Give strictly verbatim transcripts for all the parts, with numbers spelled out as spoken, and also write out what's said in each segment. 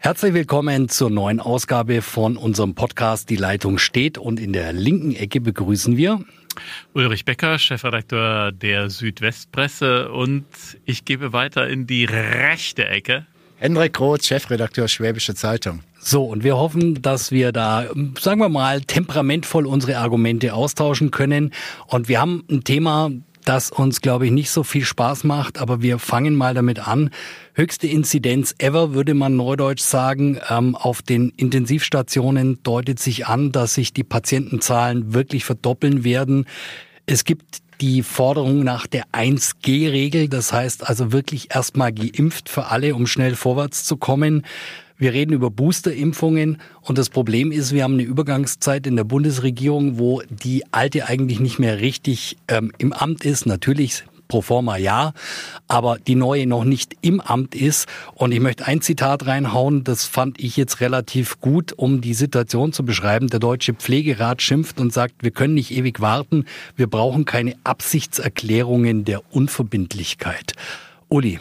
Herzlich willkommen zur neuen Ausgabe von unserem Podcast Die Leitung steht, und in der linken Ecke begrüßen wir Ulrich Becker, Chefredakteur der Südwestpresse, und ich gebe weiter in die rechte Ecke. Hendrik Roth, Chefredakteur Schwäbische Zeitung. So, und wir hoffen, dass wir da, sagen wir mal, temperamentvoll unsere Argumente austauschen können. Und wir haben ein Thema, das uns, glaube ich, nicht so viel Spaß macht, aber wir fangen mal damit an. Höchste Inzidenz ever, würde man neudeutsch sagen. Ähm, auf den Intensivstationen deutet sich an, dass sich die Patientenzahlen wirklich verdoppeln werden. Es gibt die Forderung nach der eins G Regel, das heißt also wirklich erstmal geimpft für alle, um schnell vorwärts zu kommen. Wir reden über Boosterimpfungen, und das Problem ist, wir haben eine Übergangszeit in der Bundesregierung, wo die alte eigentlich nicht mehr richtig ähm, im Amt ist. Natürlich pro forma ja, aber die neue noch nicht im Amt ist. Und ich möchte ein Zitat reinhauen, das fand ich jetzt relativ gut, um die Situation zu beschreiben. Der Deutsche Pflegerat schimpft und sagt, wir können nicht ewig warten, wir brauchen keine Absichtserklärungen der Unverbindlichkeit. Uli.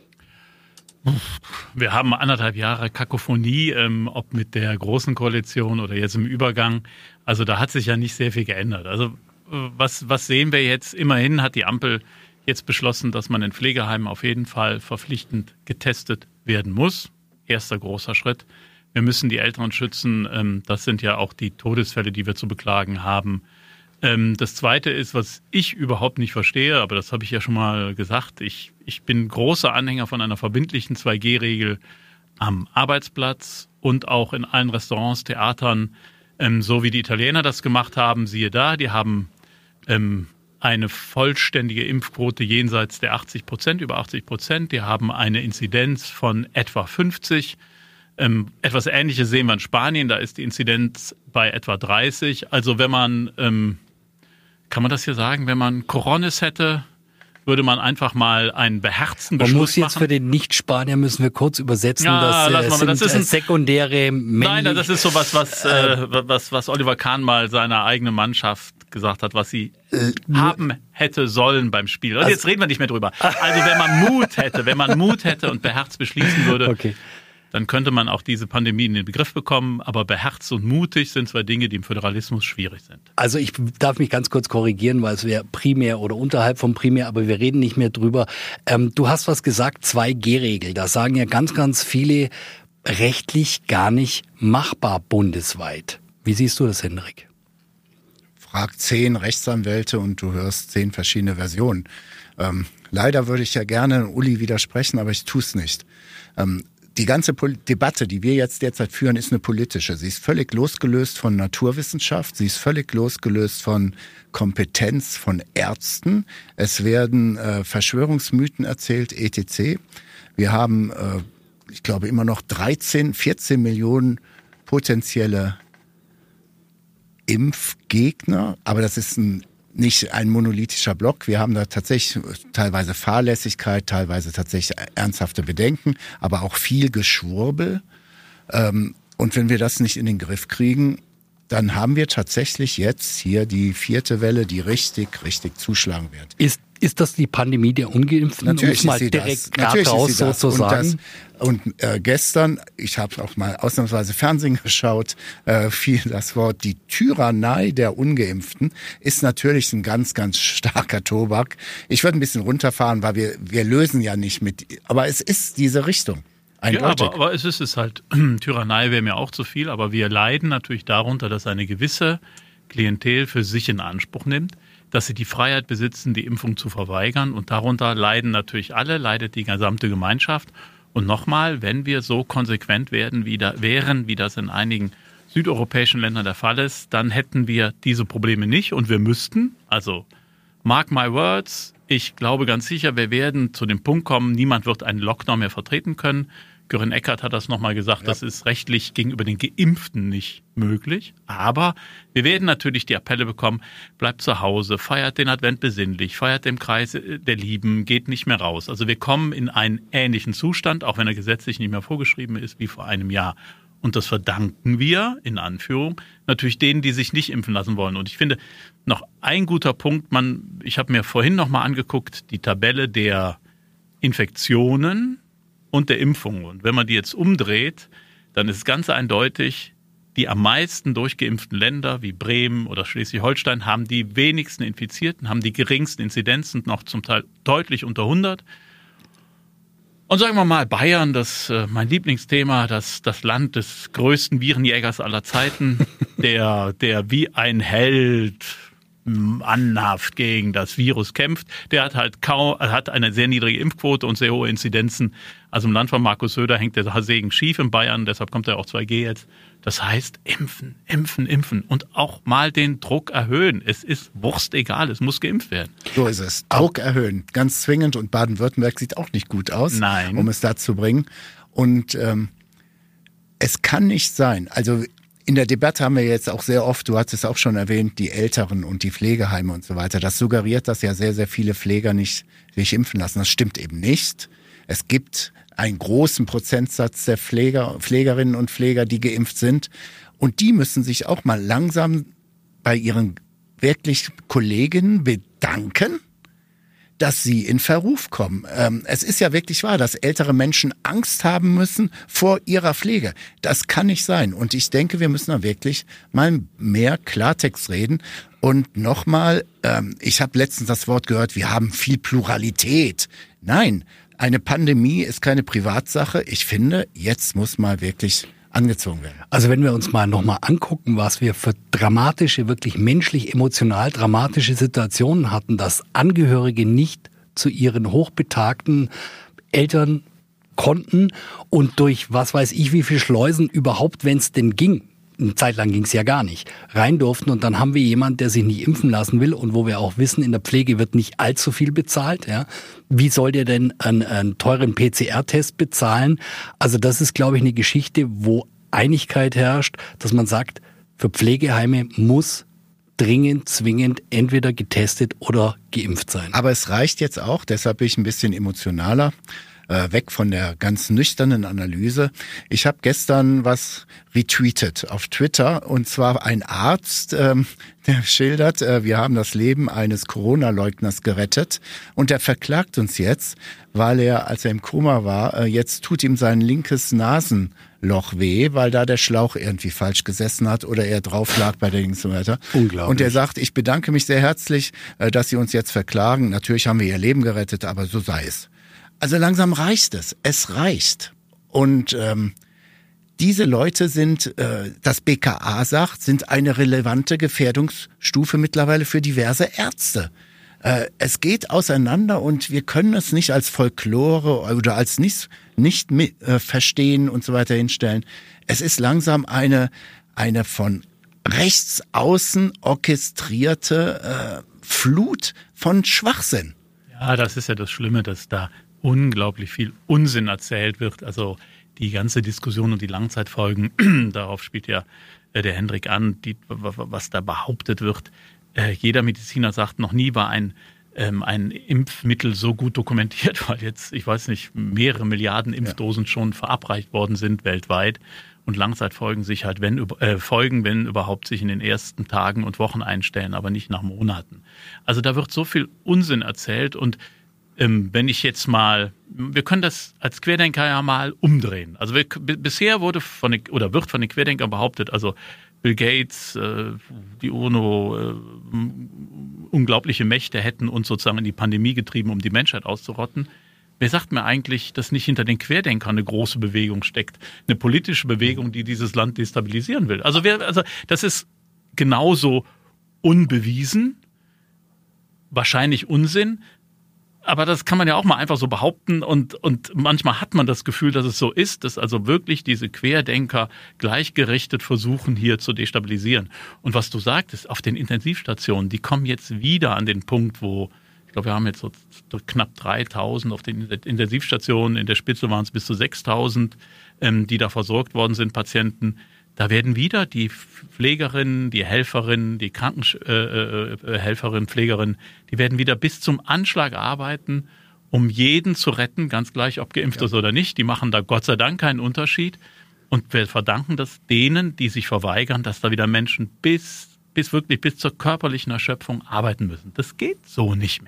Wir haben anderthalb Jahre Kakophonie, ähm, ob mit der Großen Koalition oder jetzt im Übergang. Also da hat sich ja nicht sehr viel geändert. Also was, was sehen wir jetzt? Immerhin hat die Ampel jetzt beschlossen, dass man in Pflegeheimen auf jeden Fall verpflichtend getestet werden muss. Erster großer Schritt. Wir müssen die Älteren schützen. Ähm, das sind ja auch die Todesfälle, die wir zu beklagen haben. Ähm, das Zweite ist, was ich überhaupt nicht verstehe, aber das habe ich ja schon mal gesagt. Ich, ich bin großer Anhänger von einer verbindlichen zwei G Regel am Arbeitsplatz und auch in allen Restaurants, Theatern, ähm, so wie die Italiener das gemacht haben. Siehe da, die haben ähm, eine vollständige Impfquote jenseits der achtzig Prozent, über achtzig Prozent. Die haben eine Inzidenz von etwa fünfzig. Ähm, etwas Ähnliches sehen wir in Spanien, da ist die Inzidenz bei etwa dreißig. Also wenn man, ähm, kann man das hier sagen, wenn man Coronis hätte, würde man einfach mal einen beherzten Beschluss machen. Man muss jetzt machen. Für den Nicht-Spanier müssen wir kurz übersetzen, ja, dass äh, sind das ist ein, sekundäre männlich. Nein, das ist sowas, was, äh, was, was Oliver Kahn mal seiner eigenen Mannschaft gesagt hat, was sie äh, haben hätte sollen beim Spiel. Und also, jetzt reden wir nicht mehr drüber. Also wenn man Mut hätte, wenn man Mut hätte und beherzt beschließen würde, okay, dann könnte man auch diese Pandemie in den Begriff bekommen. Aber beherzt und mutig sind zwei Dinge, die im Föderalismus schwierig sind. Also ich darf mich ganz kurz korrigieren, weil es wäre primär oder unterhalb vom Primär, aber wir reden nicht mehr drüber. Ähm, du hast was gesagt, zwei G Regel. Da sagen ja ganz, ganz viele, rechtlich gar nicht machbar bundesweit. Wie siehst du das, Hendrik? Frag zehn Rechtsanwälte und du hörst zehn verschiedene Versionen. Ähm, leider würde ich ja gerne Uli widersprechen, aber ich tue es nicht. Ähm, Die ganze Pol- Debatte, die wir jetzt derzeit führen, ist eine politische. Sie ist völlig losgelöst von Naturwissenschaft. Sie ist völlig losgelöst von Kompetenz von Ärzten. Es werden äh, Verschwörungsmythen erzählt, et cetera. Wir haben, äh, ich glaube, immer noch dreizehn, vierzehn Millionen potenzielle Impfgegner. Aber das ist ein nicht ein monolithischer Block. Wir haben da tatsächlich teilweise Fahrlässigkeit, teilweise tatsächlich ernsthafte Bedenken, aber auch viel Geschwurbel. Und wenn wir das nicht in den Griff kriegen, dann haben wir tatsächlich jetzt hier die vierte Welle, die richtig, richtig zuschlagen wird. Ist Ist das die Pandemie der Ungeimpften? Natürlich mal ist sie direkt das. Natürlich raus ist sie das. sozusagen. Und, das, und äh, gestern, ich habe auch mal ausnahmsweise Fernsehen geschaut, äh, fiel das Wort, die Tyrannei der Ungeimpften ist natürlich ein ganz, ganz starker Tobak. Ich würde ein bisschen runterfahren, weil wir wir lösen ja nicht mit, aber es ist diese Richtung. Eindeutig. Ja, aber, aber es ist es halt, Tyrannei wäre mir auch zu viel, aber wir leiden natürlich darunter, dass eine gewisse Klientel für sich in Anspruch nimmt, dass sie die Freiheit besitzen, die Impfung zu verweigern. Und darunter leiden natürlich alle, leidet die gesamte Gemeinschaft. Und nochmal, wenn wir so konsequent werden, wie da, wären, wie das in einigen südeuropäischen Ländern der Fall ist, dann hätten wir diese Probleme nicht. Und wir müssten, also mark my words, ich glaube ganz sicher, wir werden zu dem Punkt kommen, niemand wird einen Lockdown mehr vertreten können. Görin Eckert hat das nochmal gesagt, ja. Das ist rechtlich gegenüber den Geimpften nicht möglich. Aber wir werden natürlich die Appelle bekommen, bleibt zu Hause, feiert den Advent besinnlich, feiert im Kreis der Lieben, geht nicht mehr raus. Also wir kommen in einen ähnlichen Zustand, auch wenn er gesetzlich nicht mehr vorgeschrieben ist, wie vor einem Jahr. Und das verdanken wir, in Anführung, natürlich denen, die sich nicht impfen lassen wollen. Und ich finde, noch ein guter Punkt, man, ich habe mir vorhin nochmal angeguckt, die Tabelle der Infektionen und der Impfung. Und wenn man die jetzt umdreht, dann ist es ganz eindeutig, die am meisten durchgeimpften Länder wie Bremen oder Schleswig-Holstein haben die wenigsten Infizierten, haben die geringsten Inzidenzen, noch zum Teil deutlich unter hundert. Und sagen wir mal, Bayern, das äh, mein Lieblingsthema, das, das Land des größten Virenjägers aller Zeiten, der, der wie ein Held annhaft gegen das Virus kämpft, der hat halt kaum, hat eine sehr niedrige Impfquote und sehr hohe Inzidenzen. Also im Land von Markus Söder hängt der Segen schief in Bayern, deshalb kommt ja auch zwei G jetzt. Das heißt, impfen, impfen, impfen und auch mal den Druck erhöhen. Es ist wurstegal, es muss geimpft werden. So ist es. Druck erhöhen, ganz zwingend. Und Baden-Württemberg sieht auch nicht gut aus, Nein. um es dazu zu bringen. Und ähm, es kann nicht sein, also in der Debatte haben wir jetzt auch sehr oft, du hast es auch schon erwähnt, die Älteren und die Pflegeheime und so weiter. Das suggeriert, dass ja sehr, sehr viele Pfleger nicht sich impfen lassen. Das stimmt eben nicht. Es gibt einen großen Prozentsatz der Pfleger, Pflegerinnen und Pfleger, die geimpft sind. Und die müssen sich auch mal langsam bei ihren wirklich Kolleginnen bedanken, dass sie in Verruf kommen. Ähm, es ist ja wirklich wahr, dass ältere Menschen Angst haben müssen vor ihrer Pflege. Das kann nicht sein. Und ich denke, wir müssen da wirklich mal mehr Klartext reden. Und nochmal, ähm, ich habe letztens das Wort gehört, wir haben viel Pluralität. Nein, eine Pandemie ist keine Privatsache. Ich finde, jetzt muss mal wirklich angezogen werden. Also wenn wir uns mal nochmal angucken, was wir für dramatische, wirklich menschlich, emotional dramatische Situationen hatten, dass Angehörige nicht zu ihren hochbetagten Eltern konnten und durch was weiß ich wie viele Schleusen überhaupt, wenn es denn ging, eine Zeit lang ging es ja gar nicht, rein durften und dann haben wir jemanden, der sich nicht impfen lassen will und wo wir auch wissen, in der Pflege wird nicht allzu viel bezahlt. Ja. Wie soll der denn einen, einen teuren P C R-Test bezahlen? Also das ist, glaube ich, eine Geschichte, wo Einigkeit herrscht, dass man sagt, für Pflegeheime muss dringend, zwingend entweder getestet oder geimpft sein. Aber es reicht jetzt auch, deshalb bin ich ein bisschen emotionaler, weg von der ganz nüchternen Analyse. Ich habe gestern was retweetet auf Twitter und zwar ein Arzt, ähm, der schildert, äh, wir haben das Leben eines Corona-Leugners gerettet und der verklagt uns jetzt, weil er, als er im Koma war, äh, jetzt tut ihm sein linkes Nasenloch weh, weil da der Schlauch irgendwie falsch gesessen hat oder er drauf lag bei der Dings und so weiter. Unglaublich. Und er sagt, ich bedanke mich sehr herzlich, äh, dass Sie uns jetzt verklagen. Natürlich haben wir Ihr Leben gerettet, aber so sei es. Also langsam reicht es. Es reicht. Und ähm, diese Leute sind, äh, das B K A sagt, sind eine relevante Gefährdungsstufe mittlerweile für diverse Ärzte. Äh, es geht auseinander und wir können es nicht als Folklore oder als nicht, nicht äh, verstehen und so weiter hinstellen. Es ist langsam eine, eine von rechts außen orchestrierte äh, Flut von Schwachsinn. Ja, das ist ja das Schlimme, dass da unglaublich viel Unsinn erzählt wird. Also die ganze Diskussion und die Langzeitfolgen, darauf spielt ja äh, der Hendrik an, die, was da behauptet wird. Äh, jeder Mediziner sagt, noch nie war ein, ähm, ein Impfmittel so gut dokumentiert, weil jetzt, ich weiß nicht, mehrere Milliarden Impfdosen ja. schon verabreicht worden sind weltweit. Und Langzeitfolgen sich halt, wenn äh, Folgen, wenn überhaupt, sich in den ersten Tagen und Wochen einstellen, aber nicht nach Monaten. Also da wird so viel Unsinn erzählt und ähm, wenn ich jetzt mal, wir können das als Querdenker ja mal umdrehen. Also wir, b- bisher wurde von den, oder wird von den Querdenkern behauptet, also Bill Gates, äh, die UNO, äh, unglaubliche Mächte hätten uns sozusagen in die Pandemie getrieben, um die Menschheit auszurotten. Wer sagt mir eigentlich, dass nicht hinter den Querdenkern eine große Bewegung steckt? Eine politische Bewegung, die dieses Land destabilisieren will. Also, wer, also das ist genauso unbewiesen, wahrscheinlich Unsinn. Aber das kann man ja auch mal einfach so behaupten und, und manchmal hat man das Gefühl, dass es so ist, dass also wirklich diese Querdenker gleichgerichtet versuchen, hier zu destabilisieren. Und was du sagtest, auf den Intensivstationen, die kommen jetzt wieder an den Punkt, wo, ich glaube, wir haben jetzt so knapp dreitausend auf den Intensivstationen, in der Spitze waren es bis zu sechstausend, ähm, die da versorgt worden sind, Patienten. Da werden wieder die Pflegerinnen, die Helferinnen, die Krankenhelferinnen, Pflegerinnen, die werden wieder bis zum Anschlag arbeiten, um jeden zu retten, ganz gleich, ob geimpft ja. ist oder nicht. Die machen da Gott sei Dank keinen Unterschied. Und wir verdanken das denen, die sich verweigern, dass da wieder Menschen bis, bis wirklich bis zur körperlichen Erschöpfung arbeiten müssen. Das geht so nicht mehr.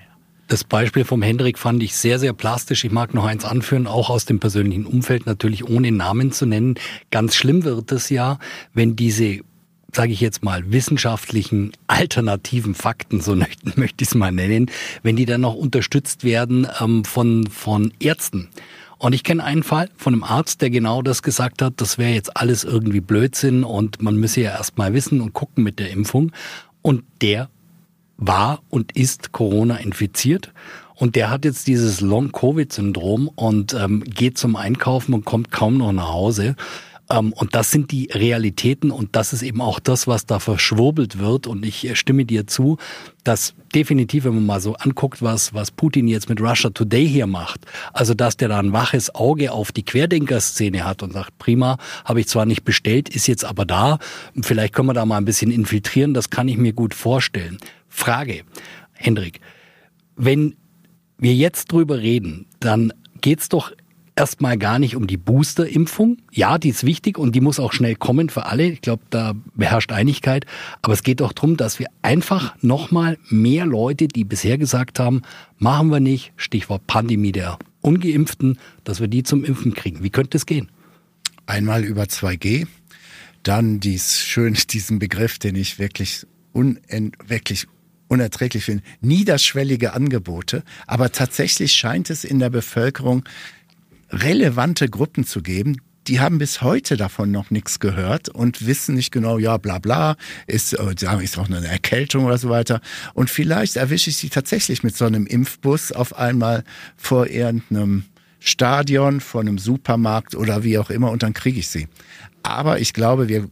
Das Beispiel vom Hendrik fand ich sehr, sehr plastisch. Ich mag noch eins anführen, auch aus dem persönlichen Umfeld, natürlich ohne Namen zu nennen. Ganz schlimm wird es ja, wenn diese, sage ich jetzt mal, wissenschaftlichen alternativen Fakten, so möchte, möchte ich es mal nennen, wenn die dann noch unterstützt werden ähm, von, von Ärzten. Und ich kenne einen Fall von einem Arzt, der genau das gesagt hat, das wäre jetzt alles irgendwie Blödsinn und man müsse ja erst mal wissen und gucken mit der Impfung. Und der war und ist Corona infiziert und der hat jetzt dieses Long-Covid-Syndrom und ähm, geht zum Einkaufen und kommt kaum noch nach Hause. Ähm, und das sind die Realitäten und das ist eben auch das, was da verschwurbelt wird. Und ich äh, stimme dir zu, dass definitiv, wenn man mal so anguckt, was was Putin jetzt mit Russia Today hier macht, also dass der da ein waches Auge auf die Querdenker-Szene hat und sagt, prima, habe ich zwar nicht bestellt, ist jetzt aber da, vielleicht können wir da mal ein bisschen infiltrieren, das kann ich mir gut vorstellen. Frage, Hendrik, wenn wir jetzt drüber reden, dann geht's doch erstmal gar nicht um die Booster-Impfung. Ja, die ist wichtig und die muss auch schnell kommen für alle. Ich glaube, da beherrscht Einigkeit. Aber es geht auch darum, dass wir einfach nochmal mehr Leute, die bisher gesagt haben, machen wir nicht, Stichwort Pandemie der Ungeimpften, dass wir die zum Impfen kriegen. Wie könnte es gehen? Einmal über zwei G, dann dies schön, diesen Begriff, den ich wirklich, unend, wirklich unerträglich finde, niederschwellige Angebote. Aber tatsächlich scheint es in der Bevölkerung relevante Gruppen zu geben, die haben bis heute davon noch nichts gehört und wissen nicht genau, ja, bla bla, ist, sagen, ist auch eine Erkältung oder so weiter. Und vielleicht erwische ich sie tatsächlich mit so einem Impfbus auf einmal vor irgendeinem Stadion, vor einem Supermarkt oder wie auch immer und dann kriege ich sie. Aber ich glaube, wir,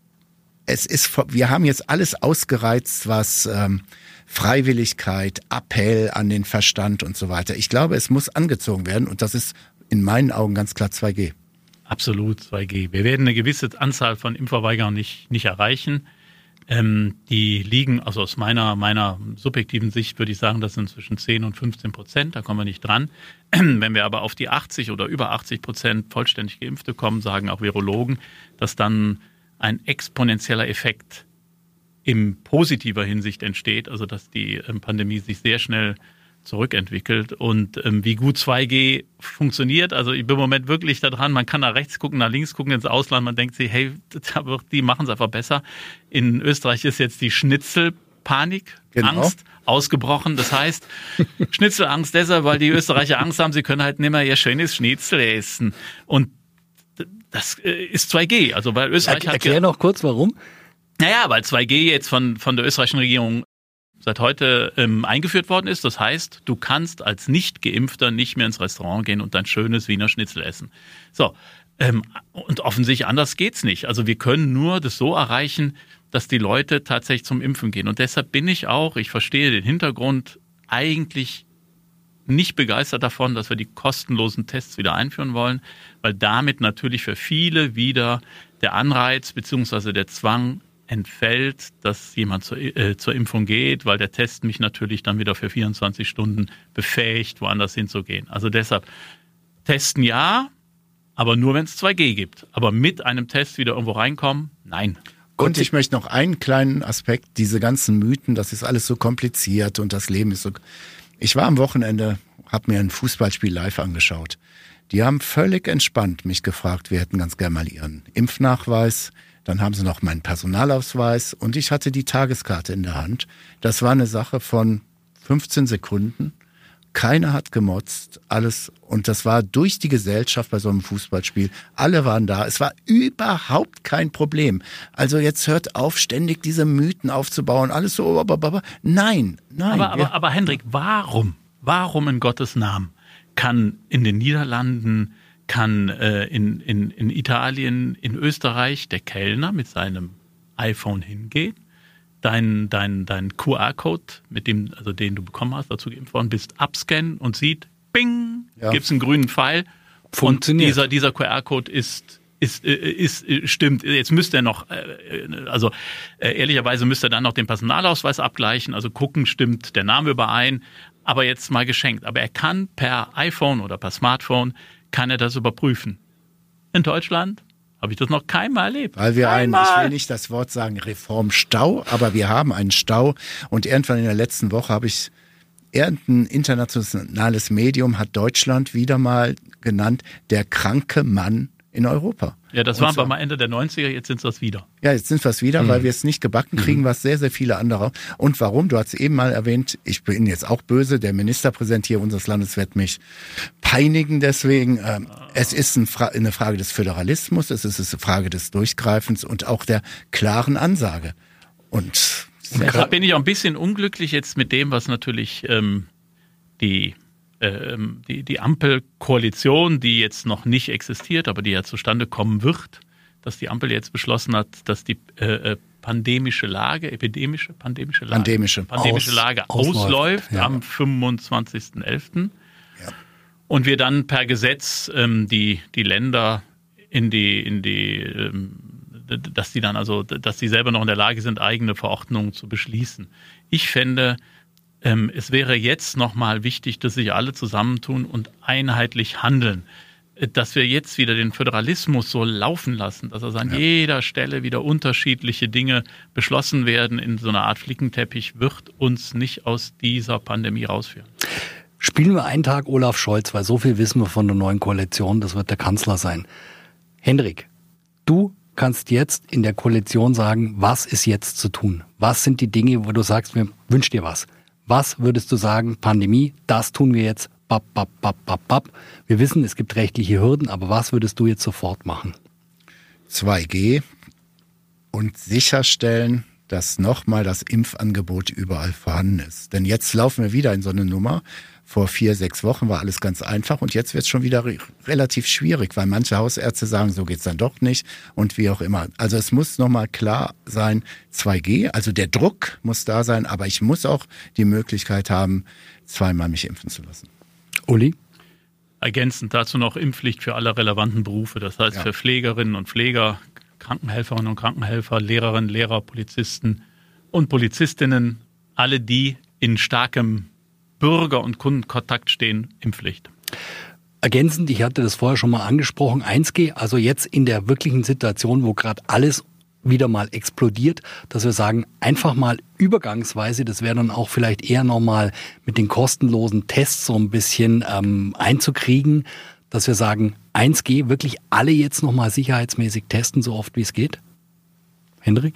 es ist, wir haben jetzt alles ausgereizt, was ähm, Freiwilligkeit, Appell an den Verstand und so weiter. Ich glaube, es muss angezogen werden und das ist in meinen Augen ganz klar zwei G. Absolut zwei G. Wir werden eine gewisse Anzahl von Impfverweigern nicht, nicht erreichen. Ähm, die liegen, also aus meiner, meiner subjektiven Sicht würde ich sagen, das sind zwischen zehn und fünfzehn Prozent, da kommen wir nicht dran. Wenn wir aber auf die achtzig oder über achtzig Prozent vollständig Geimpfte kommen, sagen auch Virologen, dass dann ein exponentieller Effekt in positiver Hinsicht entsteht, also dass die ähm, Pandemie sich sehr schnell zurückentwickelt und ähm, wie gut zwei G funktioniert. Also ich bin im Moment wirklich da dran, man kann nach rechts gucken, nach links gucken ins Ausland, man denkt sich, hey, die machen es einfach besser. In Österreich ist jetzt die Schnitzelpanik, genau. Angst ausgebrochen. Das heißt, Schnitzelangst deshalb, weil die Österreicher Angst haben, sie können halt nicht mehr ihr schönes Schnitzel essen. Und das ist zwei G. Also weil Österreich er, hat erklär noch kurz, warum. Naja, weil zwei G jetzt von, von der österreichischen Regierung seit heute ähm, eingeführt worden ist. Das heißt, du kannst als Nicht-Geimpfter nicht mehr ins Restaurant gehen und dein schönes Wiener Schnitzel essen. So, ähm, und offensichtlich anders geht's nicht. Also wir können nur das so erreichen, dass die Leute tatsächlich zum Impfen gehen. Und deshalb bin ich auch, ich verstehe den Hintergrund, eigentlich nicht begeistert davon, dass wir die kostenlosen Tests wieder einführen wollen, weil damit natürlich für viele wieder der Anreiz bzw. der Zwang entfällt, dass jemand zur, äh, zur Impfung geht, weil der Test mich natürlich dann wieder für vierundzwanzig Stunden befähigt, woanders hinzugehen. Also deshalb testen ja, aber nur wenn es zwei G gibt. Aber mit einem Test wieder irgendwo reinkommen, nein. Und ich möchte noch einen kleinen Aspekt, diese ganzen Mythen, das ist alles so kompliziert und das Leben ist so... Ich war am Wochenende, habe mir ein Fußballspiel live angeschaut. Die haben völlig entspannt mich gefragt, wir hätten ganz gerne mal ihren Impfnachweis. Dann haben sie noch meinen Personalausweis und ich hatte die Tageskarte in der Hand. Das war eine Sache von fünfzehn Sekunden. Keiner hat gemotzt, alles. Und das war durch die Gesellschaft bei so einem Fußballspiel. Alle waren da. Es war überhaupt kein Problem. Also jetzt hört auf, ständig diese Mythen aufzubauen. Alles so, nein, nein. Aber, aber, aber Hendrik, warum? Warum in Gottes Namen kann in den Niederlanden, kann äh, in, in, in Italien, in Österreich der Kellner mit seinem iPhone hingehen, dein, dein, dein Q R-Code, mit dem, also den du bekommen hast, dazu geimpft worden bist, abscannen und sieht, bing, ja. Gibt's einen grünen Pfeil. Funktioniert. Und dieser, dieser Q R-Code ist, ist, ist, ist, stimmt. Jetzt müsste er noch, also ehrlicherweise müsste er dann noch den Personalausweis abgleichen, also gucken, stimmt der Name überein, aber jetzt mal geschenkt. Aber er kann per iPhone oder per Smartphone, kann er das überprüfen. In Deutschland habe ich das noch keinmal erlebt. Weil wir einen, keinmal. ich will nicht das Wort sagen Reformstau, aber wir haben einen Stau und irgendwann in der letzten Woche habe ich irgendein internationales Medium hat Deutschland wieder mal genannt, der kranke Mann in Europa. Ja, das Und waren zwar, wir mal Ende der neunziger, jetzt sind es das wieder. Ja, jetzt sind wir es wieder, mhm. weil wir es nicht gebacken kriegen, mhm. was sehr, sehr viele andere. Und warum? Du hast eben mal erwähnt, ich bin jetzt auch böse, der Ministerpräsident hier unseres Landes wird mich peinigen deswegen. Ähm, ah. Es ist ein Fra- eine Frage des Föderalismus, es ist eine Frage des Durchgreifens und auch der klaren Ansage. Und deshalb bin ich auch ein bisschen unglücklich jetzt mit dem, was natürlich ähm, die Die, die Ampelkoalition, die jetzt noch nicht existiert, aber die ja zustande kommen wird, dass die Ampel jetzt beschlossen hat, dass die äh, pandemische Lage, epidemische, pandemische Lage, pandemische, pandemische Aus, Lage ausläuft, ausläuft ja. am fünfundzwanzigsten elften Ja. Und wir dann per Gesetz ähm, die, die Länder in die, in die ähm, dass die dann also, dass die selber noch in der Lage sind, eigene Verordnungen zu beschließen. Ich fände, es wäre jetzt nochmal wichtig, dass sich alle zusammentun und einheitlich handeln. Dass wir jetzt wieder den Föderalismus so laufen lassen, dass also an ja. jeder Stelle wieder unterschiedliche Dinge beschlossen werden in so einer Art Flickenteppich, wird uns nicht aus dieser Pandemie rausführen. Spielen wir einen Tag Olaf Scholz, weil so viel wissen wir von der neuen Koalition, das wird der Kanzler sein. Hendrik, du kannst jetzt in der Koalition sagen, was ist jetzt zu tun? Was sind die Dinge, wo du sagst, mir wünsch dir was? Was würdest du sagen, Pandemie, das tun wir jetzt, bap, bap, bap, bap, bap. Wir wissen, es gibt rechtliche Hürden, aber was würdest du jetzt sofort machen? zwei G und sicherstellen, dass nochmal das Impfangebot überall vorhanden ist. Denn jetzt laufen wir wieder in so eine Nummer. Vor vier, sechs Wochen war alles ganz einfach und jetzt wird es schon wieder re- relativ schwierig, weil manche Hausärzte sagen, so geht's dann doch nicht und wie auch immer. Also es muss nochmal klar sein, zwei G, also der Druck muss da sein, aber ich muss auch die Möglichkeit haben, zweimal mich impfen zu lassen. Uli? Ergänzend dazu noch Impfpflicht für alle relevanten Berufe, das heißt ja. für Pflegerinnen und Pfleger, Krankenhelferinnen und Krankenhelfer, Lehrerinnen, Lehrer, Polizisten und Polizistinnen, alle die in starkem Bürger- und Kundenkontakt stehen, Impfpflicht. Ergänzend, ich hatte das vorher schon mal angesprochen, eins G, also jetzt in der wirklichen Situation, wo gerade alles wieder mal explodiert, dass wir sagen, einfach mal übergangsweise, das wäre dann auch vielleicht eher nochmal mit den kostenlosen Tests so ein bisschen ähm, einzukriegen, dass wir sagen, eins G, wirklich alle jetzt nochmal sicherheitsmäßig testen, so oft wie es geht? Hendrik?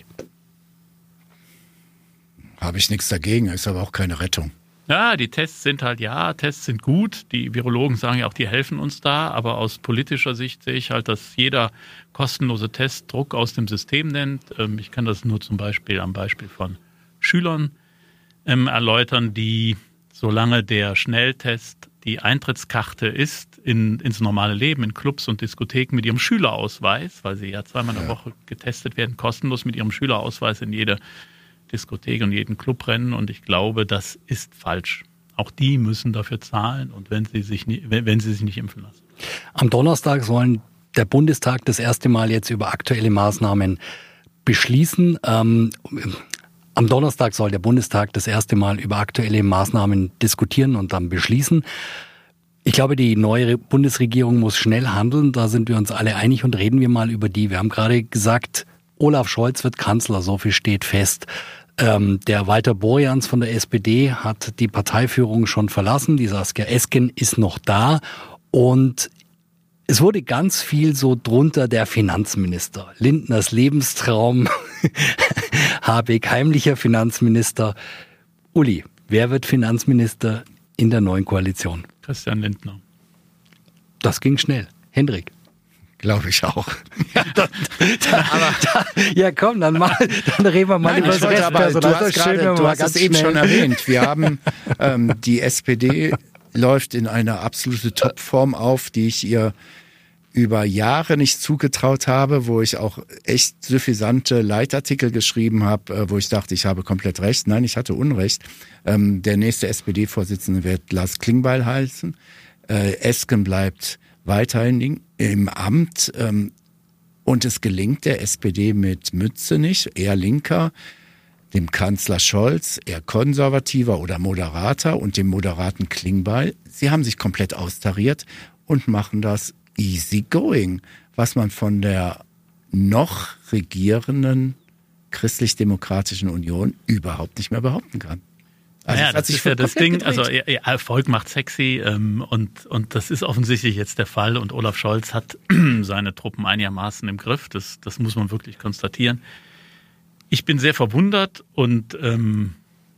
Habe ich nichts dagegen, ist aber auch keine Rettung. Ja, die Tests sind halt, ja, Tests sind gut. Die Virologen sagen ja auch, die helfen uns da. Aber aus politischer Sicht sehe ich halt, dass jeder kostenlose Test Druck aus dem System nimmt. Ich kann das nur zum Beispiel am Beispiel von Schülern ähm, erläutern, die, solange der Schnelltest die Eintrittskarte ist in, ins normale Leben, in Clubs und Diskotheken mit ihrem Schülerausweis, weil sie ja zweimal in der Woche getestet werden, kostenlos mit ihrem Schülerausweis in jede Diskothek und jeden Club rennen, und ich glaube, das ist falsch. Auch die müssen dafür zahlen, und wenn sie sich nicht, wenn sie sich nicht impfen lassen. Am Donnerstag sollen der Bundestag das erste Mal jetzt über aktuelle Maßnahmen beschließen. Ähm, am Donnerstag soll der Bundestag das erste Mal über aktuelle Maßnahmen diskutieren und dann beschließen. Ich glaube, die neue Bundesregierung muss schnell handeln. Da sind wir uns alle einig, und reden wir mal über die. Wir haben gerade gesagt, Olaf Scholz wird Kanzler, so viel steht fest. Ähm, der Walter Borjans von der S P D hat die Parteiführung schon verlassen. Die Saskia Esken ist noch da. Und es wurde ganz viel so drunter der Finanzminister. Lindners Lebenstraum, Habeck heimlicher Finanzminister. Uli, wer wird Finanzminister in der neuen Koalition? Christian Lindner. Das ging schnell. Hendrik. Glaube ich auch. Ja, da, da, aber, da, ja komm, dann, mal, dann reden wir mal Nein, über das Restpersonal. Du hast, grade, du hast es eben schon erwähnt. Wir haben ähm, die S P D läuft in eine absolute Topform auf, die ich ihr über Jahre nicht zugetraut habe, wo ich auch echt suffisante Leitartikel geschrieben habe, wo ich dachte, ich habe komplett recht. Nein, ich hatte Unrecht. Ähm, der nächste S P D-Vorsitzende wird Lars Klingbeil heißen. Äh, Esken bleibt weiterhin im Amt, ähm, und es gelingt der S P D mit Mütze nicht, eher linker, dem Kanzler Scholz, eher konservativer oder moderater, und dem moderaten Klingbeil. Sie haben sich komplett austariert und machen das easy going, was man von der noch regierenden Christlich-Demokratischen Union überhaupt nicht mehr behaupten kann. Also naja, das, das ist ja das Ding, gedreht. Also ja, Erfolg macht sexy ähm, und, und das ist offensichtlich jetzt der Fall und Olaf Scholz hat seine Truppen einigermaßen im Griff, das, das muss man wirklich konstatieren. Ich bin sehr verwundert und ähm,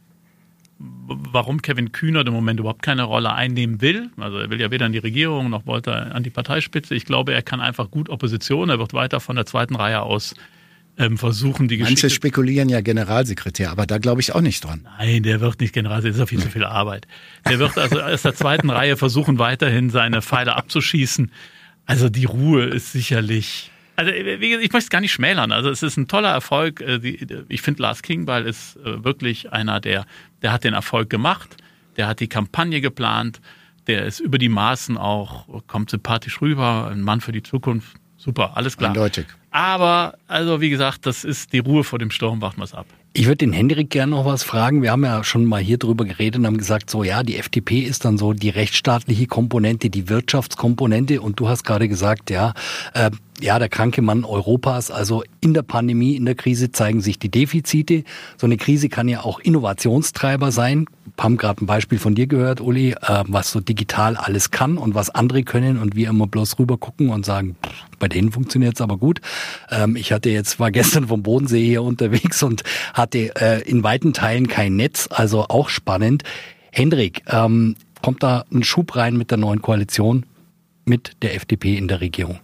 warum Kevin Kühnert im Moment überhaupt keine Rolle einnehmen will. Also er will ja weder in die Regierung noch wollte er an die Parteispitze. Ich glaube, er kann einfach gut Opposition, er wird weiter von der zweiten Reihe aus Ähm, versuchen die Geschichte. Manche spekulieren ja Generalsekretär, aber da glaube ich auch nicht dran. Nein, der wird nicht Generalsekretär, das ist ja viel zu viel Arbeit. Der wird also aus der zweiten Reihe versuchen, weiterhin seine Pfeile abzuschießen. Also die Ruhe ist sicherlich, also ich möchte es gar nicht schmälern, also es ist ein toller Erfolg. Ich finde, Lars Klingbeil ist wirklich einer, der, der hat den Erfolg gemacht, der hat die Kampagne geplant, der ist über die Maßen auch, kommt sympathisch rüber, ein Mann für die Zukunft. Super, alles klar. Eindeutig. Aber, also wie gesagt, das ist die Ruhe vor dem Sturm, warten wir es ab. Ich würde den Hendrik gerne noch was fragen. Wir haben ja schon mal hier drüber geredet und haben gesagt, so ja, die F D P ist dann so die rechtsstaatliche Komponente, die Wirtschaftskomponente und du hast gerade gesagt, ja, äh, ja, der kranke Mann Europas, also in der Pandemie, in der Krise zeigen sich die Defizite. So eine Krise kann ja auch Innovationstreiber sein. Wir haben gerade ein Beispiel von dir gehört, Uli, äh, was so digital alles kann und was andere können und wir immer bloß rüber gucken und sagen, pff, bei denen funktioniert es aber gut. Ähm, ich hatte jetzt, war gestern vom Bodensee hier unterwegs und hatte äh, in weiten Teilen kein Netz, also auch spannend. Hendrik, ähm, kommt da ein Schub rein mit der neuen Koalition mit der F D P in der Regierung?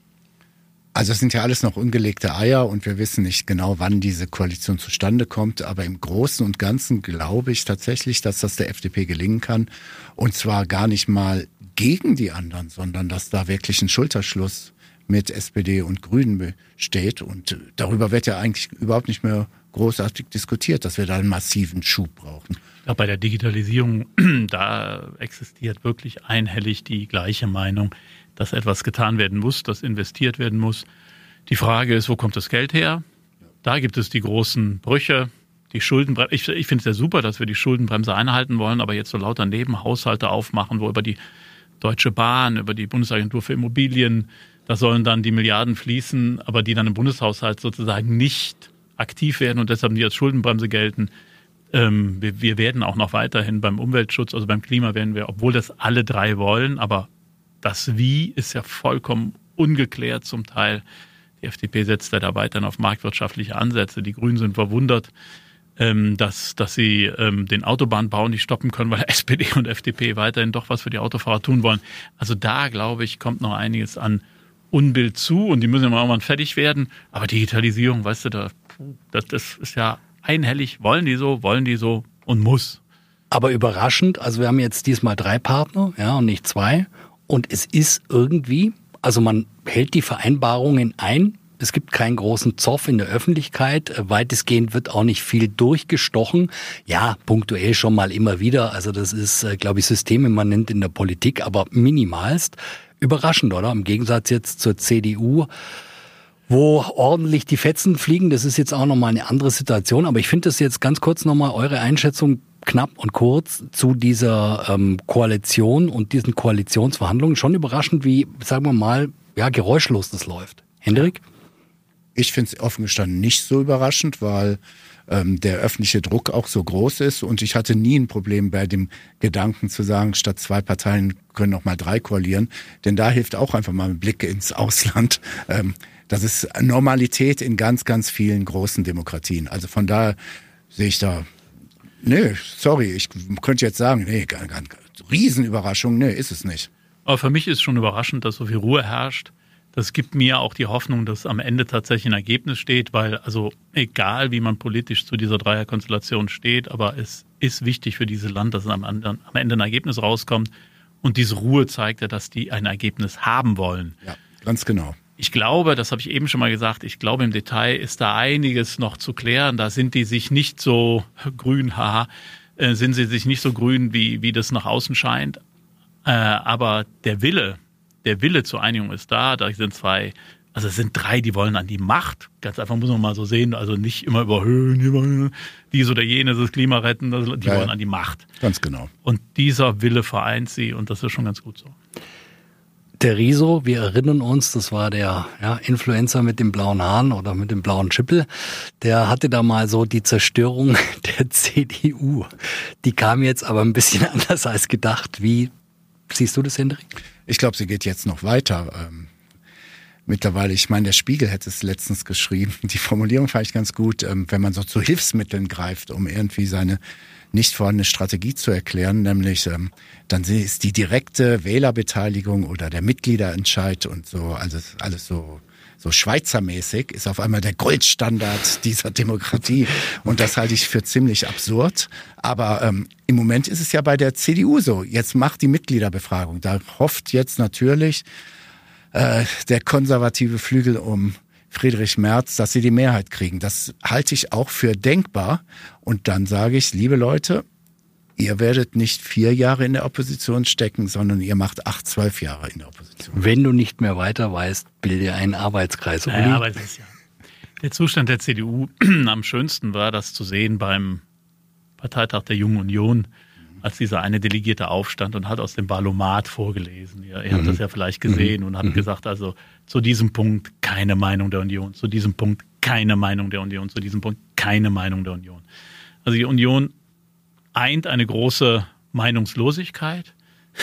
Also es sind ja alles noch ungelegte Eier und wir wissen nicht genau, wann diese Koalition zustande kommt. Aber im Großen und Ganzen glaube ich tatsächlich, dass das der F D P gelingen kann. Und zwar gar nicht mal gegen die anderen, sondern dass da wirklich ein Schulterschluss mit S P D und Grünen besteht. Und darüber wird ja eigentlich überhaupt nicht mehr großartig diskutiert, dass wir da einen massiven Schub brauchen. Ich glaube, bei der Digitalisierung, da existiert wirklich einhellig die gleiche Meinung, dass etwas getan werden muss, dass investiert werden muss. Die Frage ist, wo kommt das Geld her? Da gibt es die großen Brüche, die Schuldenbremse. Ich, ich finde es ja super, dass wir die Schuldenbremse einhalten wollen, aber jetzt so lauter Nebenhaushalte aufmachen, wo über die Deutsche Bahn, über die Bundesagentur für Immobilien, da sollen dann die Milliarden fließen, aber die dann im Bundeshaushalt sozusagen nicht aktiv werden und deshalb nicht als Schuldenbremse gelten. Ähm, wir, wir werden auch noch weiterhin beim Umweltschutz, also beim Klima werden wir, obwohl das alle drei wollen, aber das Wie ist ja vollkommen ungeklärt zum Teil. Die F D P setzt ja da weiterhin auf marktwirtschaftliche Ansätze. Die Grünen sind verwundert, ähm, dass, dass sie ähm, den Autobahnbau nicht stoppen können, weil S P D und F D P weiterhin doch was für die Autofahrer tun wollen. Also da, glaube ich, kommt noch einiges an Unbill zu und die müssen ja mal irgendwann fertig werden. Aber Digitalisierung, weißt du, da, das, das ist ja einhellig. Wollen die so, wollen die so und muss. Aber überraschend, also wir haben jetzt diesmal drei Partner, ja, und nicht zwei. Und es ist irgendwie, also man hält die Vereinbarungen ein. Es gibt keinen großen Zoff in der Öffentlichkeit. Weitestgehend wird auch nicht viel durchgestochen. Ja, punktuell schon mal immer wieder. Also das ist, glaube ich, systemimmanent in der Politik, aber minimalst. Überraschend, oder? Im Gegensatz jetzt zur C D U, wo ordentlich die Fetzen fliegen. Das ist jetzt auch nochmal eine andere Situation. Aber ich finde das jetzt ganz kurz nochmal eure Einschätzung knapp und kurz zu dieser ähm, Koalition und diesen Koalitionsverhandlungen. Schon überraschend, wie, sagen wir mal, ja, geräuschlos das läuft. Hendrik? Ich finde es offen gestanden nicht so überraschend, weil ähm, der öffentliche Druck auch so groß ist und ich hatte nie ein Problem bei dem Gedanken zu sagen, statt zwei Parteien können noch mal drei koalieren, denn da hilft auch einfach mal ein Blick ins Ausland. Ähm, das ist Normalität in ganz, ganz vielen großen Demokratien. Also von daher sehe ich da, nee, sorry, ich könnte jetzt sagen, nee, ganz, ganz, Riesenüberraschung, nee, ist es nicht. Aber für mich ist schon überraschend, dass so viel Ruhe herrscht. Das gibt mir auch die Hoffnung, dass am Ende tatsächlich ein Ergebnis steht, weil also egal, wie man politisch zu dieser Dreierkonstellation steht, aber es ist wichtig für dieses Land, dass am Ende ein Ergebnis rauskommt und diese Ruhe zeigt ja, dass die ein Ergebnis haben wollen. Ja, ganz genau. Ich glaube, das habe ich eben schon mal gesagt, ich glaube im Detail ist da einiges noch zu klären. Da sind die sich nicht so grün, haha, äh, sind sie sich nicht so grün, wie, wie das nach außen scheint. Äh, aber der Wille, der Wille zur Einigung ist da. Da sind zwei, also es sind drei, die wollen an die Macht. Ganz einfach muss man mal so sehen, also nicht immer überhöhen, dies oder jenes, das Klima retten, die ja, wollen an die Macht. Ganz genau. Und dieser Wille vereint sie und das ist schon ganz gut so. Der Riso, wir erinnern uns, das war der ja, Influencer mit dem blauen Haaren oder mit dem blauen Schippel, der hatte da mal so die Zerstörung der C D U. Die kam jetzt aber ein bisschen anders als gedacht. Wie siehst du das, Hendrik? Ich glaube, sie geht jetzt noch weiter. Ähm, mittlerweile, ich meine, der Spiegel hätte es letztens geschrieben. Die Formulierung fand ich ganz gut, ähm, wenn man so zu Hilfsmitteln greift, um irgendwie seine nicht vorhandene Strategie zu erklären, nämlich ähm, dann ist die direkte Wählerbeteiligung oder der Mitgliederentscheid und so, alles, alles so, so schweizermäßig, ist auf einmal der Goldstandard dieser Demokratie. Und das halte ich für ziemlich absurd. Aber ähm, im Moment ist es ja bei der C D U so. Jetzt macht die Mitgliederbefragung. Da hofft jetzt natürlich äh, der konservative Flügel um Friedrich Merz, dass sie die Mehrheit kriegen. Das halte ich auch für denkbar. Und dann sage ich, liebe Leute, ihr werdet nicht vier Jahre in der Opposition stecken, sondern ihr macht acht, zwölf Jahre in der Opposition. Wenn du nicht mehr weiter weißt, bilde einen Arbeitskreis. Uli? Naja, aber es ist ja der Zustand der C D U. Am schönsten war das zu sehen beim Parteitag der Jungen Union, als dieser eine Delegierte aufstand und hat aus dem Valomat vorgelesen. Ja, ihr habt mhm. das ja vielleicht gesehen mhm. und hat mhm. gesagt, also zu diesem Punkt keine Meinung der Union, zu diesem Punkt keine Meinung der Union, zu diesem Punkt keine Meinung der Union. Also die Union eint eine große Meinungslosigkeit.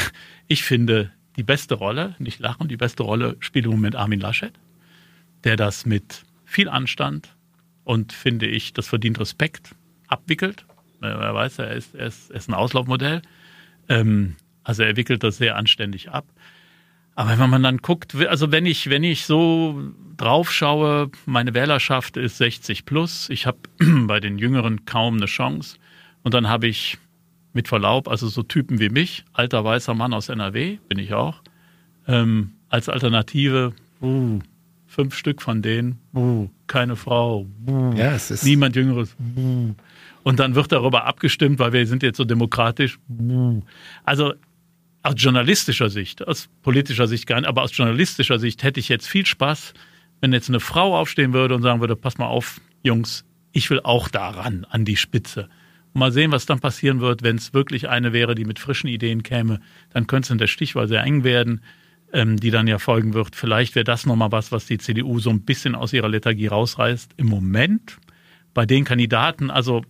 Ich finde, die beste Rolle, nicht lachen, die beste Rolle spielt im Moment Armin Laschet, der das mit viel Anstand und, finde ich, das verdient Respekt, abwickelt. Er weiß, er ist, er ist, er ist ein Auslaufmodell. Ähm, also er wickelt das sehr anständig ab. Aber wenn man dann guckt, also wenn ich, wenn ich so drauf schaue, meine Wählerschaft ist sechzig plus. Ich habe bei den Jüngeren kaum eine Chance. Und dann habe ich mit Verlaub, also so Typen wie mich, alter weißer Mann aus N R W, bin ich auch, ähm, als Alternative, uh, fünf Stück von denen, uh, keine Frau, uh, ja, es ist niemand Jüngeres, uh. Und dann wird darüber abgestimmt, weil wir sind jetzt so demokratisch. Also aus journalistischer Sicht, aus politischer Sicht gar nicht, aber aus journalistischer Sicht hätte ich jetzt viel Spaß, wenn jetzt eine Frau aufstehen würde und sagen würde, pass mal auf, Jungs, ich will auch daran, an die Spitze. Und mal sehen, was dann passieren wird, wenn es wirklich eine wäre, die mit frischen Ideen käme. Dann könnte es in der Stichwahl sehr eng werden, ähm, die dann ja folgen wird. Vielleicht wäre das nochmal was, was die C D U so ein bisschen aus ihrer Lethargie rausreißt. Im Moment bei den Kandidaten, also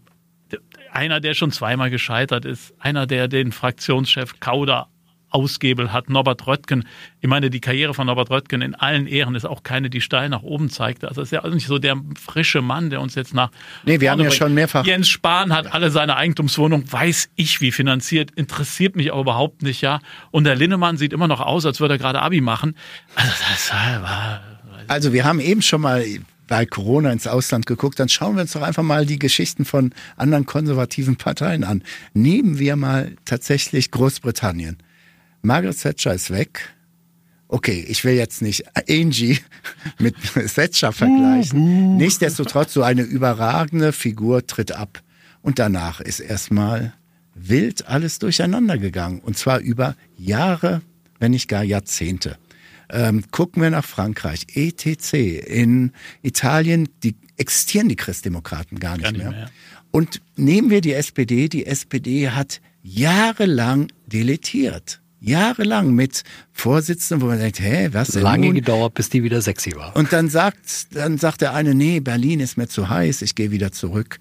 einer, der schon zweimal gescheitert ist, einer, der den Fraktionschef Kauder ausgebel hat, Norbert Röttgen. Ich meine, die Karriere von Norbert Röttgen in allen Ehren ist auch keine, die steil nach oben zeigte. Also ist ja auch nicht so der frische Mann, der uns jetzt nach... Nee, wir haben ja schon mehrfach... Jens Spahn hat alle seine Eigentumswohnungen, weiß ich wie finanziert, interessiert mich aber überhaupt nicht, ja. Und der Linnemann sieht immer noch aus, als würde er gerade Abi machen. Also das war... Also wir haben eben schon mal bei Corona ins Ausland geguckt, dann schauen wir uns doch einfach mal die Geschichten von anderen konservativen Parteien an. Nehmen wir mal tatsächlich Großbritannien. Margaret Thatcher ist weg. Okay, ich will jetzt nicht Angie mit Thatcher vergleichen. Nichtsdestotrotz, so eine überragende Figur tritt ab. Und danach ist erstmal wild alles durcheinander gegangen. Und zwar über Jahre, wenn nicht gar Jahrzehnte. Ähm, gucken wir nach Frankreich, et cetera. In Italien, die existieren die Christdemokraten gar nicht, gar nicht mehr. mehr. Und nehmen wir die S P D. Die S P D hat jahrelang deletiert. Jahrelang mit Vorsitzenden, wo man denkt, hä, was denn Lange nun? gedauert, bis die wieder sexy war. Und dann sagt, dann sagt der eine, nee, Berlin ist mir zu heiß, ich gehe wieder zurück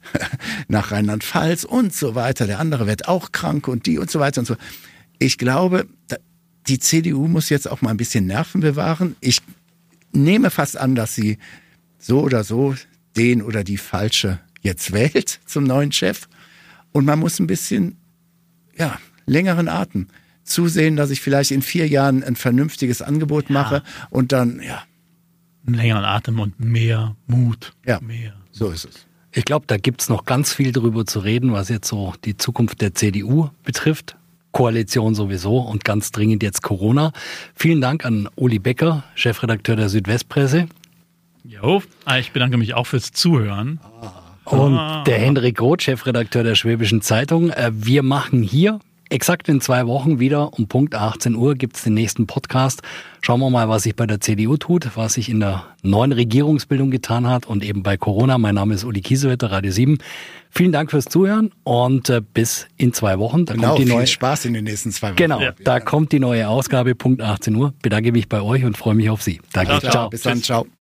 nach Rheinland-Pfalz und so weiter. Der andere wird auch krank und die und so weiter und so. Ich glaube, die C D U muss jetzt auch mal ein bisschen Nerven bewahren. Ich nehme fast an, dass sie so oder so den oder die Falsche jetzt wählt zum neuen Chef. Und man muss ein bisschen, ja, längeren Atem zusehen, dass ich vielleicht in vier Jahren ein vernünftiges Angebot ja. mache und dann, ja. Einen längeren Atem und mehr Mut. Ja, mehr. So ist es. Ich glaube, da gibt's noch ganz viel drüber zu reden, was jetzt so die Zukunft der C D U betrifft. Koalition sowieso und ganz dringend jetzt Corona. Vielen Dank an Uli Becker, Chefredakteur der Südwestpresse. Jo, ich bedanke mich auch fürs Zuhören. Und der Hendrik Roth, Chefredakteur der Schwäbischen Zeitung. Wir machen hier exakt in zwei Wochen wieder um Punkt achtzehn Uhr gibt's den nächsten Podcast. Schauen wir mal, was sich bei der C D U tut, was sich in der neuen Regierungsbildung getan hat und eben bei Corona. Mein Name ist Uli Kiesewetter, Radio sieben. Vielen Dank fürs Zuhören und äh, bis in zwei Wochen. Da genau, kommt die viel neue... Spaß in den nächsten zwei Wochen. Genau, ja. da kommt die neue Ausgabe, Punkt achtzehn Uhr. Bedanke mich bei euch und freue mich auf Sie. Danke, ciao. ciao. ciao. Bis dann, ciao.